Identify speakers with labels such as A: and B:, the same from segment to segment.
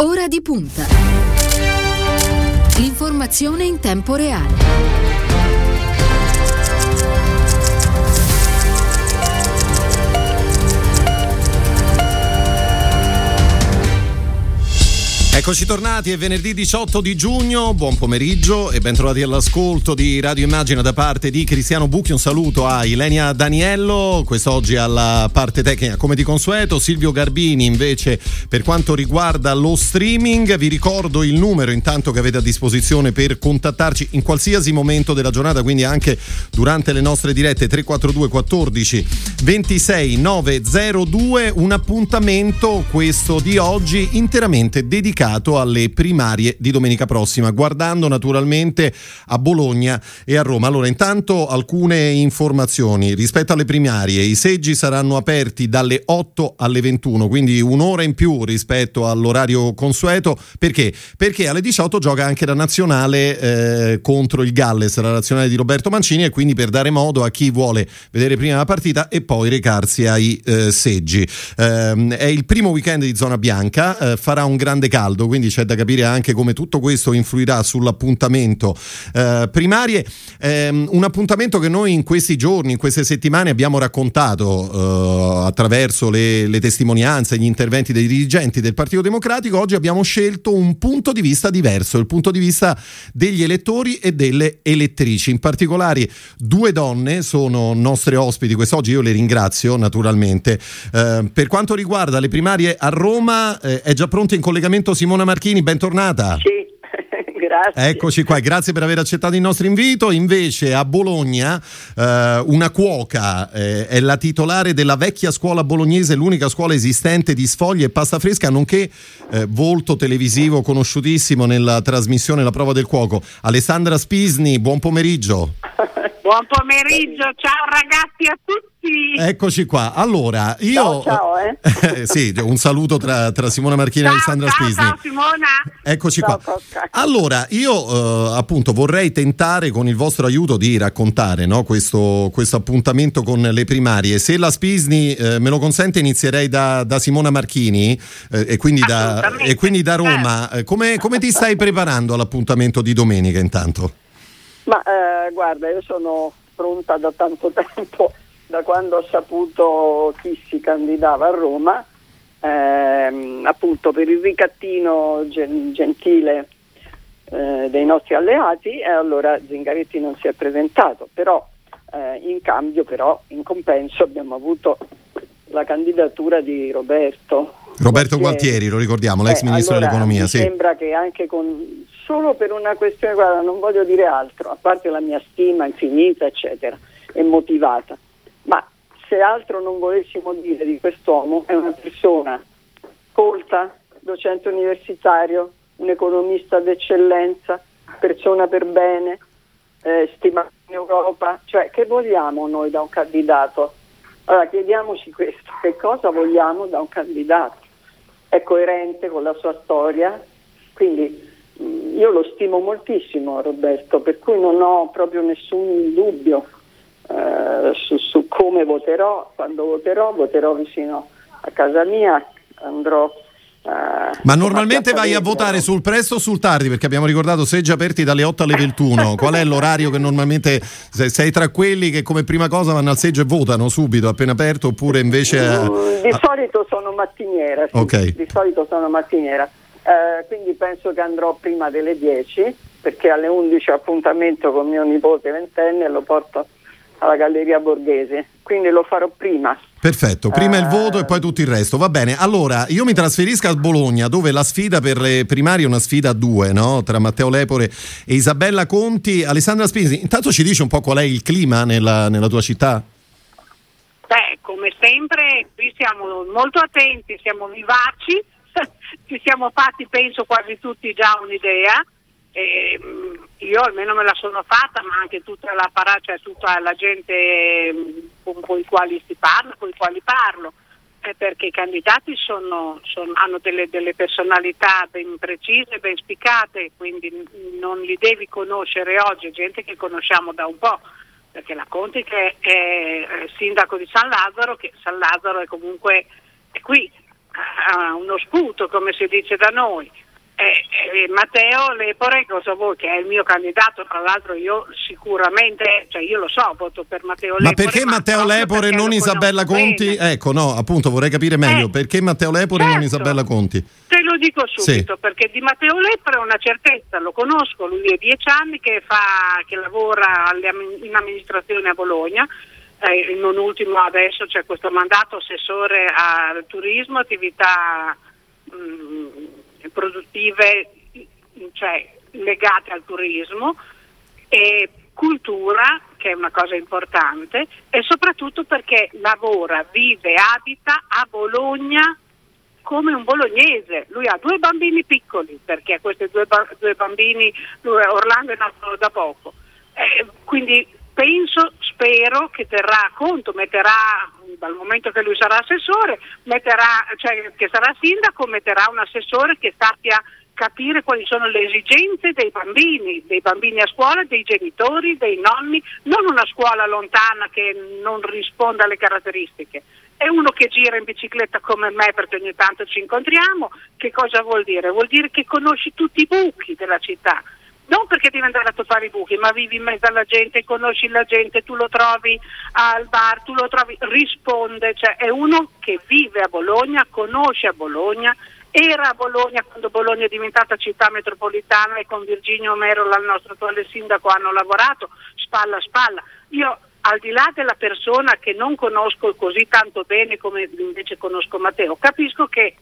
A: Ora di punta. L'informazione in tempo reale.
B: Eccoci tornati, è venerdì 18 di giugno, buon pomeriggio e ben trovati all'ascolto di Radio Immagina da parte di Cristiano Bucchi. Un saluto a Ilenia Daniello, quest'oggi alla parte tecnica come di consueto, Silvio Garbini invece per quanto riguarda lo streaming. Vi ricordo il numero intanto che avete a disposizione per contattarci in qualsiasi momento della giornata, quindi anche durante le nostre dirette: 342 14 26 902. Un appuntamento, questo di oggi, interamente dedicato alle primarie di domenica prossima, guardando naturalmente a Bologna e a Roma. Allora, intanto alcune informazioni rispetto alle primarie: i seggi saranno aperti dalle 8 alle 21, quindi un'ora in più rispetto all'orario consueto. Perché? Perché alle 18 gioca anche la nazionale contro il Galles, la nazionale di Roberto Mancini, e quindi per dare modo a chi vuole vedere prima la partita e poi recarsi ai seggi. È il primo weekend di zona bianca, farà un grande caldo, quindi c'è da capire anche come tutto questo influirà sull'appuntamento primarie. Un appuntamento che noi in questi giorni, in queste settimane abbiamo raccontato attraverso le testimonianze, gli interventi dei dirigenti del Partito Democratico. Oggi abbiamo scelto un punto di vista diverso, il punto di vista degli elettori e delle elettrici. In particolare due donne sono nostre ospiti quest'oggi, io le ringrazio naturalmente. Per quanto riguarda le primarie a Roma, è già pronta in collegamento Simona Marchini, bentornata.
C: Sì, grazie.
B: Eccoci qua, grazie per aver accettato il nostro invito. Invece a Bologna una cuoca è la titolare della vecchia scuola bolognese, l'unica scuola esistente di sfoglie e pasta fresca, nonché volto televisivo conosciutissimo nella trasmissione La prova del cuoco. Alessandra Spisni, buon pomeriggio.
D: Buon pomeriggio, ciao ragazzi a tutti.
B: Eccoci qua. Allora, io
C: ciao.
B: sì, un saluto tra Simona Marchini e Alessandra Spisni.
D: Ciao Simona.
B: Eccoci
C: Ciao.
B: qua. Allora, io appunto vorrei tentare con il vostro aiuto di raccontare, no, questo appuntamento con le primarie. Se la Spisni me lo consente, inizierei da Simona Marchini e quindi da Roma. Come ti stai preparando all'appuntamento di domenica intanto?
C: Ma guarda, io sono pronta da tanto tempo, da quando ho saputo chi si candidava a Roma, appunto per il ricattino gentile dei nostri alleati, e allora Zingaretti non si è presentato, però in compenso abbiamo avuto la candidatura di Roberto
B: Gualtieri, lo ricordiamo, l'ex ministro dell'economia.
C: Mi
B: sì.
C: sembra che anche solo per una questione, guarda, non voglio dire altro, a parte la mia stima infinita, eccetera, e motivata, ma se altro non volessimo dire di quest'uomo, è una persona colta, docente universitario, un economista d'eccellenza, persona per bene, stimato in Europa. Cioè, che vogliamo noi da un candidato? Allora chiediamoci questo: che cosa vogliamo da un candidato? È coerente con la sua storia? Quindi io lo stimo moltissimo Roberto, per cui non ho proprio nessun dubbio su come voterò. Quando voterò vicino a casa mia, andrò.
B: Ma normalmente vai a votare sul presto o sul tardi? Perché abbiamo ricordato seggi aperti dalle 8 alle 21. Qual è l'orario che normalmente sei tra quelli che come prima cosa vanno al seggio e votano subito appena aperto, oppure invece
C: di solito sono mattiniera, sì.
B: Okay.
C: Di solito sono mattiniera, quindi penso che andrò prima delle 10, perché alle 11 ho appuntamento con mio nipote ventenne e lo porto alla Galleria Borghese, quindi lo farò prima.
B: Perfetto, prima il voto e poi tutto il resto, va bene. Allora, io mi trasferisco a Bologna, dove la sfida per le primarie è una sfida a due, no? Tra Matteo Lepore e Isabella Conti. Alessandra Spisi, intanto ci dici un po' qual è il clima nella tua città?
D: Beh, come sempre qui siamo molto attenti, siamo vivaci, ci siamo fatti penso quasi tutti già un'idea. Io almeno me la sono fatta, ma anche tutta tutta la gente con i quali si parla, con i quali parlo, perché i candidati hanno delle personalità ben precise, ben spiccate, quindi non li devi conoscere oggi, è gente che conosciamo da un po', perché la Conti che è sindaco di San Lazzaro, che San Lazzaro è comunque è qui, uno sputo, come si dice da noi. Matteo Lepore, cosa vuoi? Che è il mio candidato, tra l'altro io sicuramente, cioè io lo so, voto per Matteo Lepore.
B: Ma perché Matteo Lepore e non Isabella Conti?
D: Bene.
B: Ecco, no, appunto vorrei capire meglio, perché Matteo Lepore e non Isabella Conti?
D: Te lo dico subito, perché di Matteo Lepore è una certezza, lo conosco, lui è 10 anni che lavora in amministrazione a Bologna, non ultimo adesso c'è questo mandato assessore al turismo, attività produttive, cioè legate al turismo, e cultura, che è una cosa importante, e soprattutto perché lavora, vive, abita a Bologna come un bolognese. Lui ha 2 bambini piccoli, perché questi due bambini, Orlando è nato da poco, quindi spero che terrà conto, metterà, dal momento che lui sarà assessore, che sarà sindaco, metterà un assessore che sappia capire quali sono le esigenze dei bambini a scuola, dei genitori, dei nonni, non una scuola lontana che non risponda alle caratteristiche. È uno che gira in bicicletta come me, perché ogni tanto ci incontriamo. Che cosa vuol dire? Vuol dire che conosci tutti i buchi della città. Non perché devi andare a toppare i buchi, ma vivi in mezzo alla gente, conosci la gente, tu lo trovi al bar, tu lo trovi, risponde, cioè è uno che vive a Bologna, conosce a Bologna, era a Bologna quando Bologna è diventata città metropolitana e con Virginio Merola, il nostro attuale sindaco, hanno lavorato spalla a spalla. Io, al di là della persona che non conosco così tanto bene come invece conosco Matteo, capisco che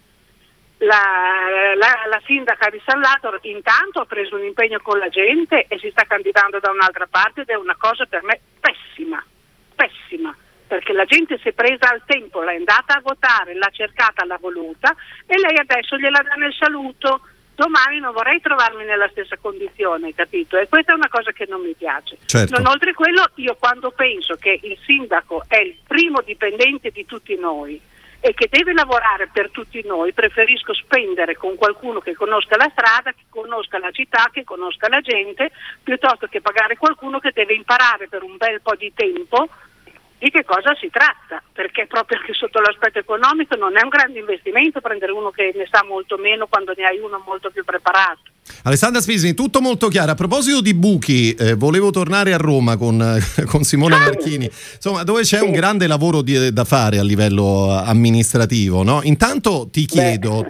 D: la sindaca di San Lazzaro intanto ha preso un impegno con la gente e si sta candidando da un'altra parte, ed è una cosa per me pessima, perché la gente si è presa al tempo, l'è andata a votare, l'ha cercata, l'ha voluta, e lei adesso gliela dà nel saluto. Domani non vorrei trovarmi nella stessa condizione, capito? E questa è una cosa che non mi piace.
B: Certo.
D: Non oltre quello, io quando penso che il sindaco è il primo dipendente di tutti noi e che deve lavorare per tutti noi, preferisco spendere con qualcuno che conosca la strada, che conosca la città, che conosca la gente, piuttosto che pagare qualcuno che deve imparare per un bel po' di tempo di che cosa si tratta, perché proprio anche sotto l'aspetto economico non è un grande investimento prendere uno che ne sa molto meno quando ne hai uno molto più preparato.
B: Alessandra Spisini, tutto molto chiaro. A proposito di buchi, volevo tornare a Roma con Simona Marchini, insomma, dove c'è un grande lavoro da fare a livello amministrativo, no? Intanto ti chiedo,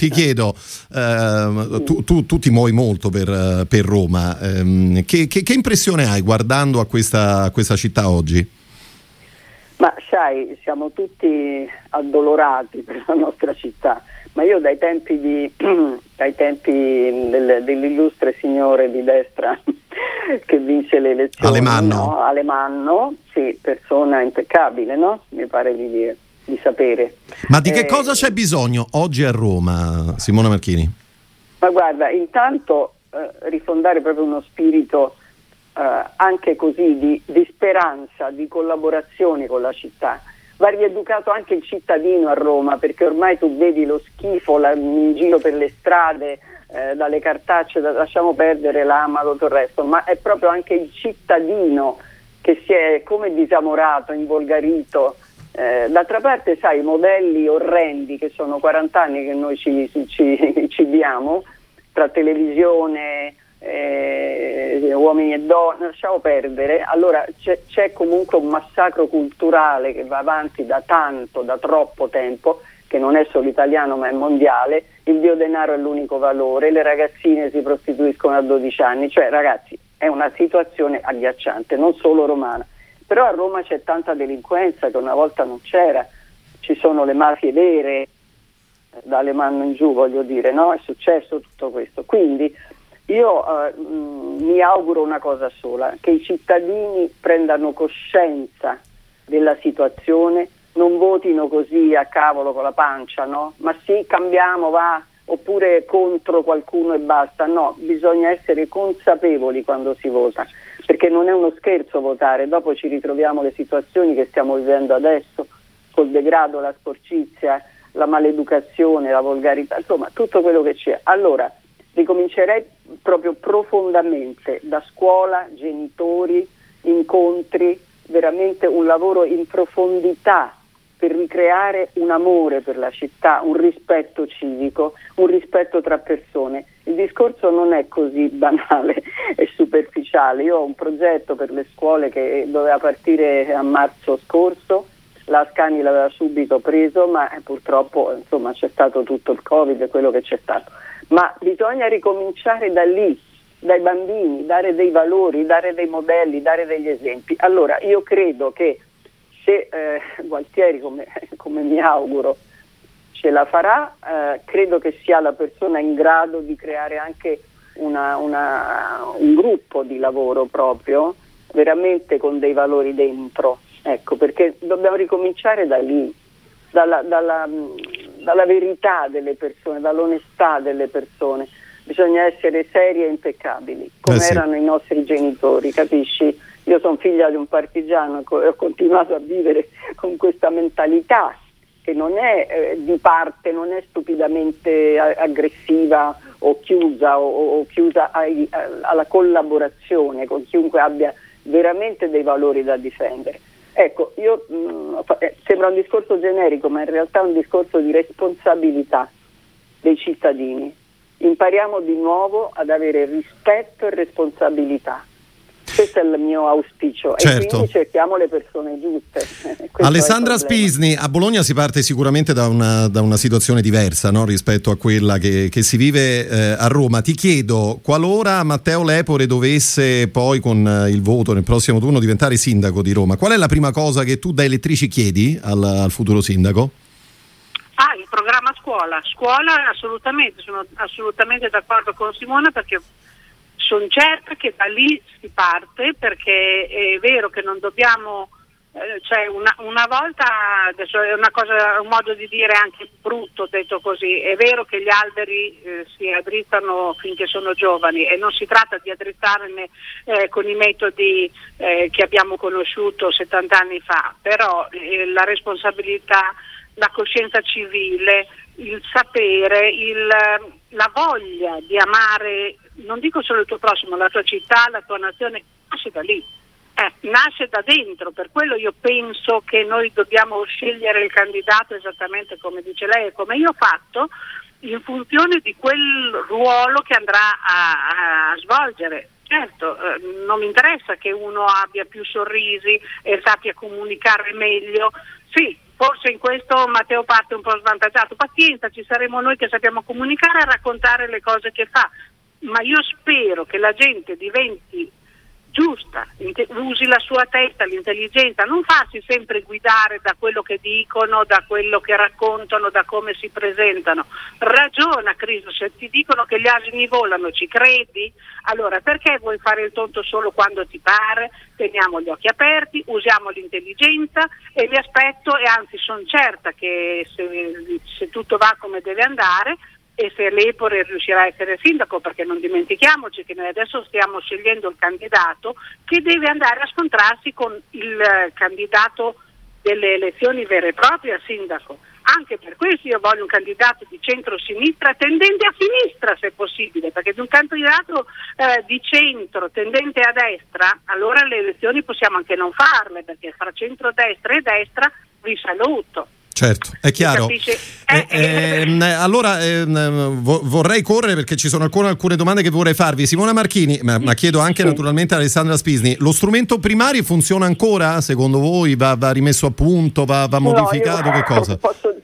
B: tu ti muovi molto per Roma, che impressione hai guardando a questa città oggi?
C: Ma sai, siamo tutti addolorati per la nostra città, ma io dai tempi dell'illustre signore di destra che vince le elezioni, Alemanno, sì, persona impeccabile, no? Mi pare di sapere.
B: Ma di che cosa c'è bisogno oggi a Roma, Simona Marchini?
C: Ma guarda, intanto rifondare proprio uno spirito anche così di speranza, di collaborazione con la città. Va rieducato anche il cittadino a Roma, perché ormai tu vedi lo schifo in giro per le strade, dalle cartacce, lasciamo perdere l'ama, tutto il resto, ma è proprio anche il cittadino che si è come disamorato, involgarito. D'altra parte, sai, i modelli orrendi che sono 40 anni che noi ci diamo, tra televisione, uomini e donne, lasciamo perdere. Allora c'è comunque un massacro culturale che va avanti da troppo tempo, che non è solo italiano ma è mondiale. Il dio denaro è l'unico valore, le ragazzine si prostituiscono a 12 anni, cioè ragazzi è una situazione agghiacciante, non solo romana, però a Roma c'è tanta delinquenza che una volta non c'era, ci sono le mafie vere da Alemanno in giù, voglio dire, no? È successo tutto questo, quindi io mi auguro una cosa sola, che i cittadini prendano coscienza della situazione, non votino così a cavolo con la pancia, no? Ma sì, cambiamo, va, oppure contro qualcuno e basta. No, bisogna essere consapevoli quando si vota, perché non è uno scherzo votare, dopo ci ritroviamo le situazioni che stiamo vivendo adesso, col degrado, la sporcizia, la maleducazione, la volgarità, insomma tutto quello che c'è. Allora ricomincerei proprio profondamente da scuola, genitori, incontri, veramente un lavoro in profondità per ricreare un amore per la città, un rispetto civico, un rispetto tra persone. Il discorso non è così banale e superficiale. Io ho un progetto per le scuole che doveva partire a marzo scorso, la Ascani l'aveva subito preso, ma purtroppo insomma c'è stato tutto il Covid e quello che c'è stato. Ma bisogna ricominciare da lì, dai bambini, dare dei valori, dare dei modelli, dare degli esempi. Allora io credo che se Gualtieri, come mi auguro, ce la farà, credo che sia la persona in grado di creare anche un gruppo di lavoro proprio, veramente con dei valori dentro, ecco, perché dobbiamo ricominciare da lì, dalla verità delle persone, dall'onestà delle persone. Bisogna essere seri e impeccabili, come erano i nostri genitori, capisci? Io sono figlia di un partigiano e ho continuato a vivere con questa mentalità che non è di parte, non è stupidamente aggressiva o chiusa o chiusa alla collaborazione con chiunque abbia veramente dei valori da difendere. Ecco, sembra un discorso generico, ma in realtà è un discorso di responsabilità dei cittadini. Impariamo di nuovo ad avere rispetto e responsabilità. Questo è il mio auspicio, certo. E quindi cerchiamo le persone giuste.
B: Alessandra Spisni, a Bologna si parte sicuramente da una situazione diversa, no? Rispetto a quella che si vive a Roma. Ti chiedo, qualora Matteo Lepore dovesse poi con il voto nel prossimo turno diventare sindaco di Roma, qual è la prima cosa che tu da elettrici chiedi al futuro sindaco?
D: Il programma scuola assolutamente, sono assolutamente d'accordo con Simona, perché sono certa che da lì si parte, perché è vero che non dobbiamo, cioè una volta, adesso è un modo di dire anche brutto detto così, è vero che gli alberi si addrizzano finché sono giovani e non si tratta di addrizzarne con i metodi che abbiamo conosciuto 70 anni fa, però la responsabilità, la coscienza civile, il sapere, la voglia di amare, non dico solo il tuo prossimo, la tua città, la tua nazione, nasce da lì, nasce da dentro. Per quello io penso che noi dobbiamo scegliere il candidato esattamente come dice lei e come io ho fatto, in funzione di quel ruolo che andrà a svolgere. Certo, non mi interessa che uno abbia più sorrisi e sappia comunicare meglio. Sì, forse in questo Matteo parte un po' svantaggiato. Pazienza, ci saremo noi che sappiamo comunicare e raccontare le cose che fa. Ma io spero che la gente diventi giusta, usi la sua testa, l'intelligenza, non farsi sempre guidare da quello che dicono, da quello che raccontano, da come si presentano. Ragiona, Cristo, se ti dicono che gli asini volano, ci credi? Allora perché vuoi fare il tonto solo quando ti pare? Teniamo gli occhi aperti, usiamo l'intelligenza e mi aspetto, e anzi sono certa che se tutto va come deve andare, e se Lepore riuscirà a essere sindaco, perché non dimentichiamoci che noi adesso stiamo scegliendo il candidato che deve andare a scontrarsi con il candidato delle elezioni vere e proprie a sindaco. Anche per questo io voglio un candidato di centro-sinistra tendente a sinistra se possibile, perché di un candidato di centro tendente a destra, allora le elezioni possiamo anche non farle, perché fra centro-destra e destra vi saluto.
B: Certo, è chiaro. Allora vorrei correre perché ci sono ancora alcune domande che vorrei farvi. Simona Marchini, ma chiedo anche naturalmente a Alessandra Spisni, lo strumento primario funziona ancora secondo voi? Va rimesso a punto, va modificato?
C: No,
B: che cosa?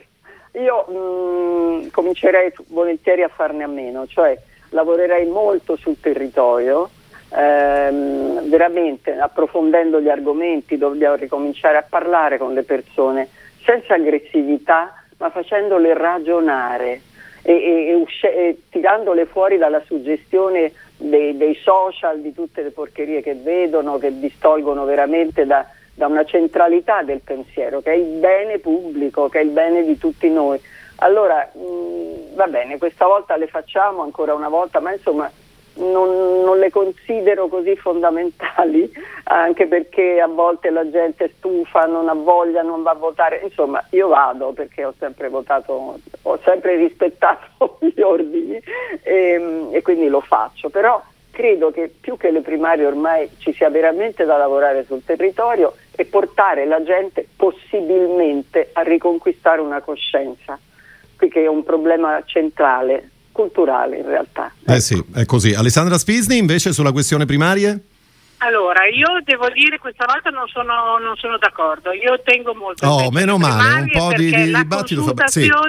C: Io comincerei volentieri a farne a meno, cioè lavorerei molto sul territorio, veramente approfondendo gli argomenti. Dobbiamo ricominciare a parlare con le persone senza aggressività, ma facendole ragionare e tirandole fuori dalla suggestione dei social, di tutte le porcherie che vedono, che distolgono veramente da una centralità del pensiero, che è il bene pubblico, che è il bene di tutti noi. Allora, va bene, questa volta le facciamo ancora una volta, ma insomma non le considero così fondamentali, anche perché a volte la gente è stufa, non ha voglia, non va a votare. Insomma, io vado perché ho sempre votato, ho sempre rispettato gli ordini e quindi lo faccio. Però credo che più che le primarie ormai ci sia veramente da lavorare sul territorio e portare la gente possibilmente a riconquistare una coscienza, che è un problema centrale, culturale in realtà.
B: Sì, è così. Alessandra Spisni invece sulla questione primarie?
D: Allora, io devo dire questa volta non sono d'accordo. Io tengo molto.
B: Meno male, un po' di dibattito fa bene.
D: Sì,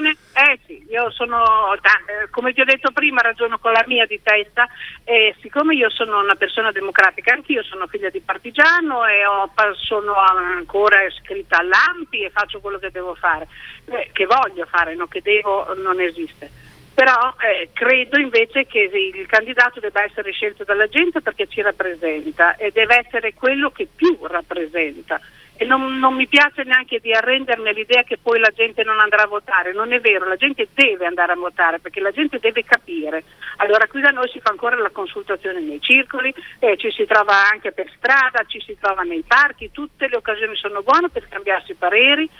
D: io sono, come ti ho detto prima, ragiono con la mia di testa, e siccome io sono una persona democratica, anch'io sono figlia di partigiano e sono ancora iscritta all'ANPI e faccio quello che devo fare, che voglio fare, no, che devo non esiste. Però credo invece che il candidato debba essere scelto dalla gente perché ci rappresenta e deve essere quello che più rappresenta. E non mi piace neanche di arrendermi all'idea che poi la gente non andrà a votare. Non è vero, la gente deve andare a votare perché la gente deve capire. Allora qui da noi si fa ancora la consultazione nei circoli, ci si trova anche per strada, ci si trova nei parchi, tutte le occasioni sono buone per scambiarsi pareri.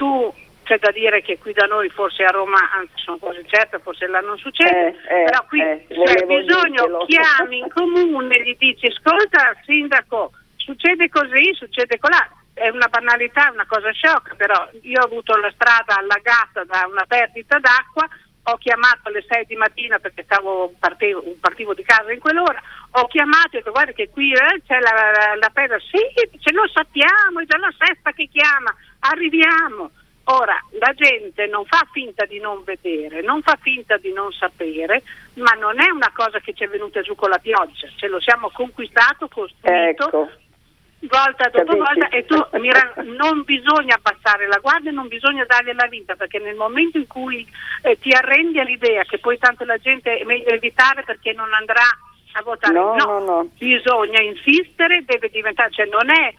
D: C'è da dire che qui da noi, forse a Roma, anzi sono quasi certa, forse là non succede, però qui se hai bisogno chiami in comune, gli dici ascolta sindaco, succede così, succede colà. È una banalità, una cosa sciocca, però io ho avuto la strada allagata da una perdita d'acqua, ho chiamato alle 6 di mattina perché partivo di casa in quell'ora, ho chiamato e ho detto guarda che qui c'è la pedra, sì, ce lo sappiamo, è già la sesta che chiama, arriviamo. Ora, la gente non fa finta di non vedere, non fa finta di non sapere, ma non è una cosa che ci è venuta giù con la pioggia, ce lo siamo conquistato, costruito, volta dopo volta, e non bisogna abbassare la guardia, non bisogna dargli la vinta, perché nel momento in cui ti arrendi all'idea che poi tanto la gente è meglio evitare perché non andrà a votare, no. Bisogna insistere, deve diventare, cioè non è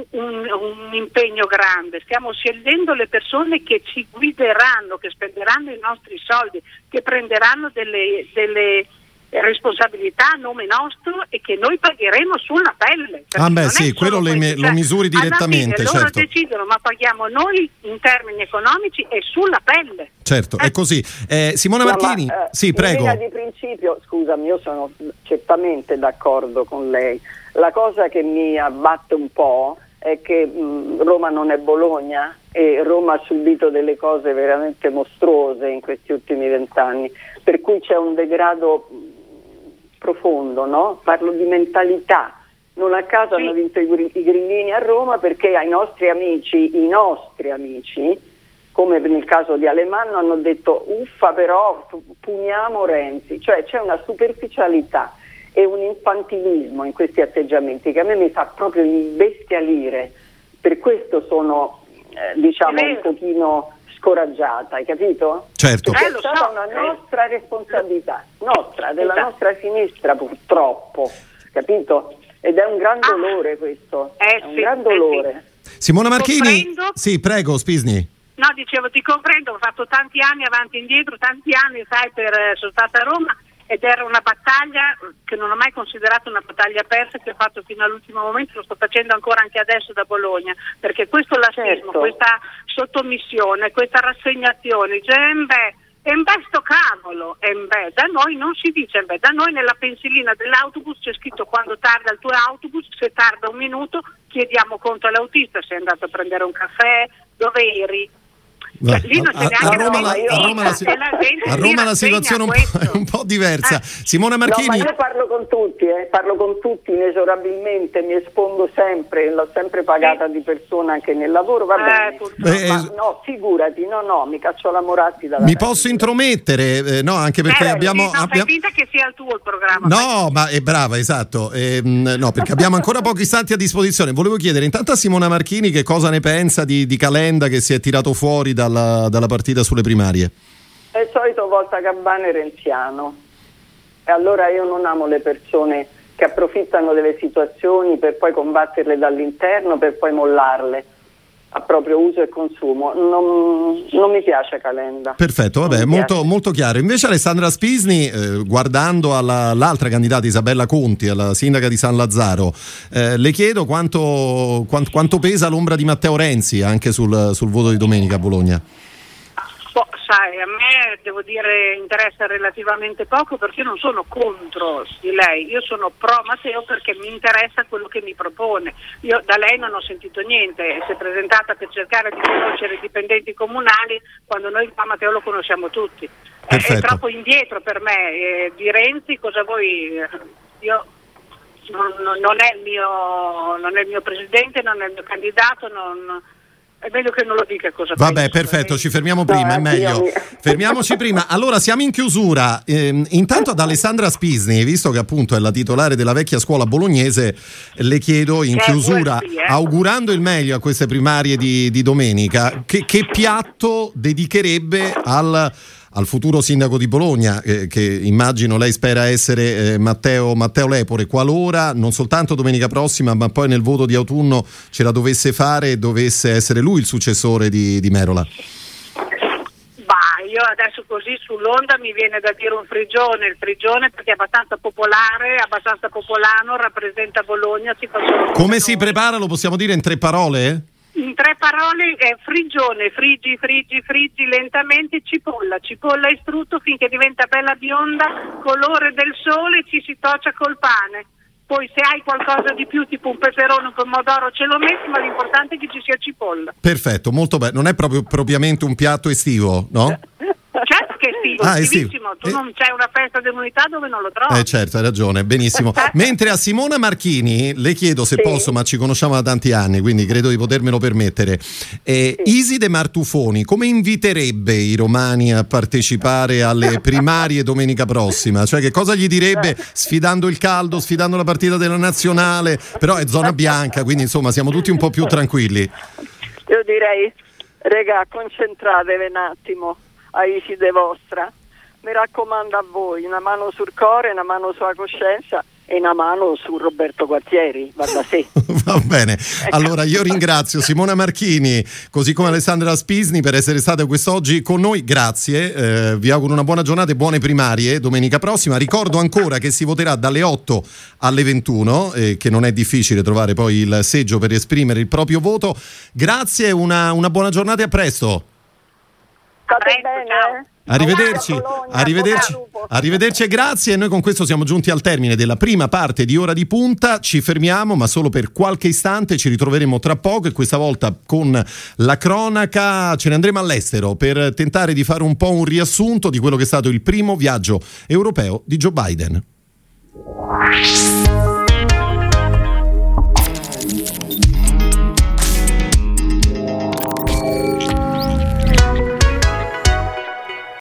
D: un impegno grande, stiamo scegliendo le persone che ci guideranno, che spenderanno i nostri soldi, che prenderanno delle responsabilità a nome nostro e che noi pagheremo sulla pelle.
B: Quello lo misuri direttamente.
D: Loro decidono, ma paghiamo noi in termini economici e sulla pelle.
B: Certo, è così. Simona Marchini, sì, prego.
C: In linea di principio, scusami, io sono certamente d'accordo con lei. La cosa che mi abbatte un po' è che Roma non è Bologna e Roma ha subito delle cose veramente mostruose in questi ultimi 20 anni, per cui c'è un degrado profondo, no? Parlo di mentalità. Non a caso hanno vinto i grillini a Roma perché ai nostri amici, come nel caso di Alemanno, hanno detto uffa però puniamo Renzi, cioè c'è una superficialità e un infantilismo in questi atteggiamenti che a me mi fa proprio imbestialire. Per questo sono un pochino scoraggiata, hai capito?
B: Certo.
C: Perché è stata una nostra responsabilità, della nostra sinistra purtroppo, capito? Ed è un gran dolore questo, è un gran dolore.
B: Simona Marchini, sì, prego, Spisni.
D: No, dicevo, ti comprendo, ho fatto tanti anni avanti e indietro, tanti anni, sono stata a Roma ed era una battaglia che non ho mai considerato una battaglia persa, che ho fatto fino all'ultimo momento, lo sto facendo ancora anche adesso da Bologna, perché questo lassismo, questa sottomissione, questa rassegnazione, sto cavolo, da noi non si dice da noi nella pensilina dell'autobus c'è scritto quando tarda il tuo autobus, se tarda un minuto chiediamo conto all'autista se è andato a prendere un caffè, dove eri.
B: A Roma la situazione è un po' diversa. Simona Marchini.
C: No, ma io parlo con tutti inesorabilmente, mi espongo sempre, l'ho sempre pagata di persona anche nel lavoro, va bene. No, figurati, mi caccio la Moratti dalla
B: Mi posso intromettere, anche perché abbiamo
D: fai finta che sia il tuo il programma.
B: No, ma è brava, esatto. Perché abbiamo ancora pochi istanti a disposizione. Volevo chiedere intanto a Simona Marchini che cosa ne pensa di Calenda che si è tirato fuori dalla partita sulle primarie.
C: È il solito voltagabbane renziano, e allora io non amo le persone che approfittano delle situazioni per poi combatterle dall'interno, per poi mollarle a proprio uso e consumo. Non mi piace Calenda.
B: Perfetto, vabbè, molto chiaro. Invece Alessandra Spisni, guardando all'altra candidata Isabella Conti, alla sindaca di San Lazzaro, le chiedo quanto quanto pesa l'ombra di Matteo Renzi anche sul voto di domenica a Bologna.
D: sai, a me, devo dire, interessa relativamente poco, perché io non sono contro di lei, io sono pro Matteo perché mi interessa quello che mi propone. Io da lei non ho sentito niente, si è presentata per cercare di conoscere i dipendenti comunali, quando noi qua Matteo lo conosciamo tutti. È troppo indietro per me. Di Renzi cosa vuoi? Io non è il mio presidente, non è il mio candidato, è meglio che non lo dica cosa
B: Vabbè,
D: penso.
B: perfetto, ci fermiamo prima, è meglio. Fermiamoci prima. Allora, siamo in chiusura. Intanto ad Alessandra Spisni, visto che appunto è la titolare della vecchia scuola bolognese, le chiedo in chiusura, augurando il meglio a queste primarie di domenica, che piatto dedicherebbe al futuro sindaco di Bologna, che immagino lei spera essere Matteo Lepore, qualora non soltanto domenica prossima ma poi nel voto di autunno ce la dovesse fare e dovesse essere lui il successore di Merola.
D: Io adesso così sull'onda mi viene da dire il Frigione perché è abbastanza popolare, abbastanza popolano, rappresenta Bologna.
B: Come si prepara, lo possiamo dire in 3 parole?
D: In 3 parole è Frigione, friggi lentamente, cipolla istrutto finché diventa bella bionda, colore del sole, ci si toccia col pane. Poi se hai qualcosa di più, tipo un peperone, un pomodoro, ce lo metti, ma l'importante è che ci sia cipolla.
B: Perfetto, molto bene. Non è proprio propriamente un piatto estivo, no?
D: Certo che è estivissimo. Tu non c'è una festa dell'unità dove non lo trovi.
B: Certo, hai ragione, benissimo. Mentre a Simona Marchini le chiedo se posso, ma ci conosciamo da tanti anni, quindi credo di potermelo permettere. Iside Martufoni, come inviterebbe i romani a partecipare alle primarie domenica prossima? Cioè, che cosa gli direbbe, sfidando il caldo, sfidando la partita della nazionale? Però è zona bianca, quindi insomma siamo tutti un po' più tranquilli.
C: Io direi, regà, concentratevi un attimo a Iside vostra, mi raccomando a voi, una mano sul cuore, una mano sulla coscienza e una mano su Roberto Gualtieri, va da sé.
B: Va bene, allora io ringrazio Simona Marchini così come Alessandra Spisni per essere state quest'oggi con noi, grazie, vi auguro una buona giornata e buone primarie domenica prossima. Ricordo ancora che si voterà dalle 8 alle 21, che non è difficile trovare poi il seggio per esprimere il proprio voto. Grazie, una buona giornata e a presto.
C: Bene.
B: Arrivederci e grazie. E noi con questo siamo giunti al termine della prima parte di Ora di Punta. Ci fermiamo, ma solo per qualche istante. Ci ritroveremo tra poco e questa volta con la cronaca. Ce ne andremo all'estero per tentare di fare un po' un riassunto di quello che è stato il primo viaggio europeo di Joe Biden.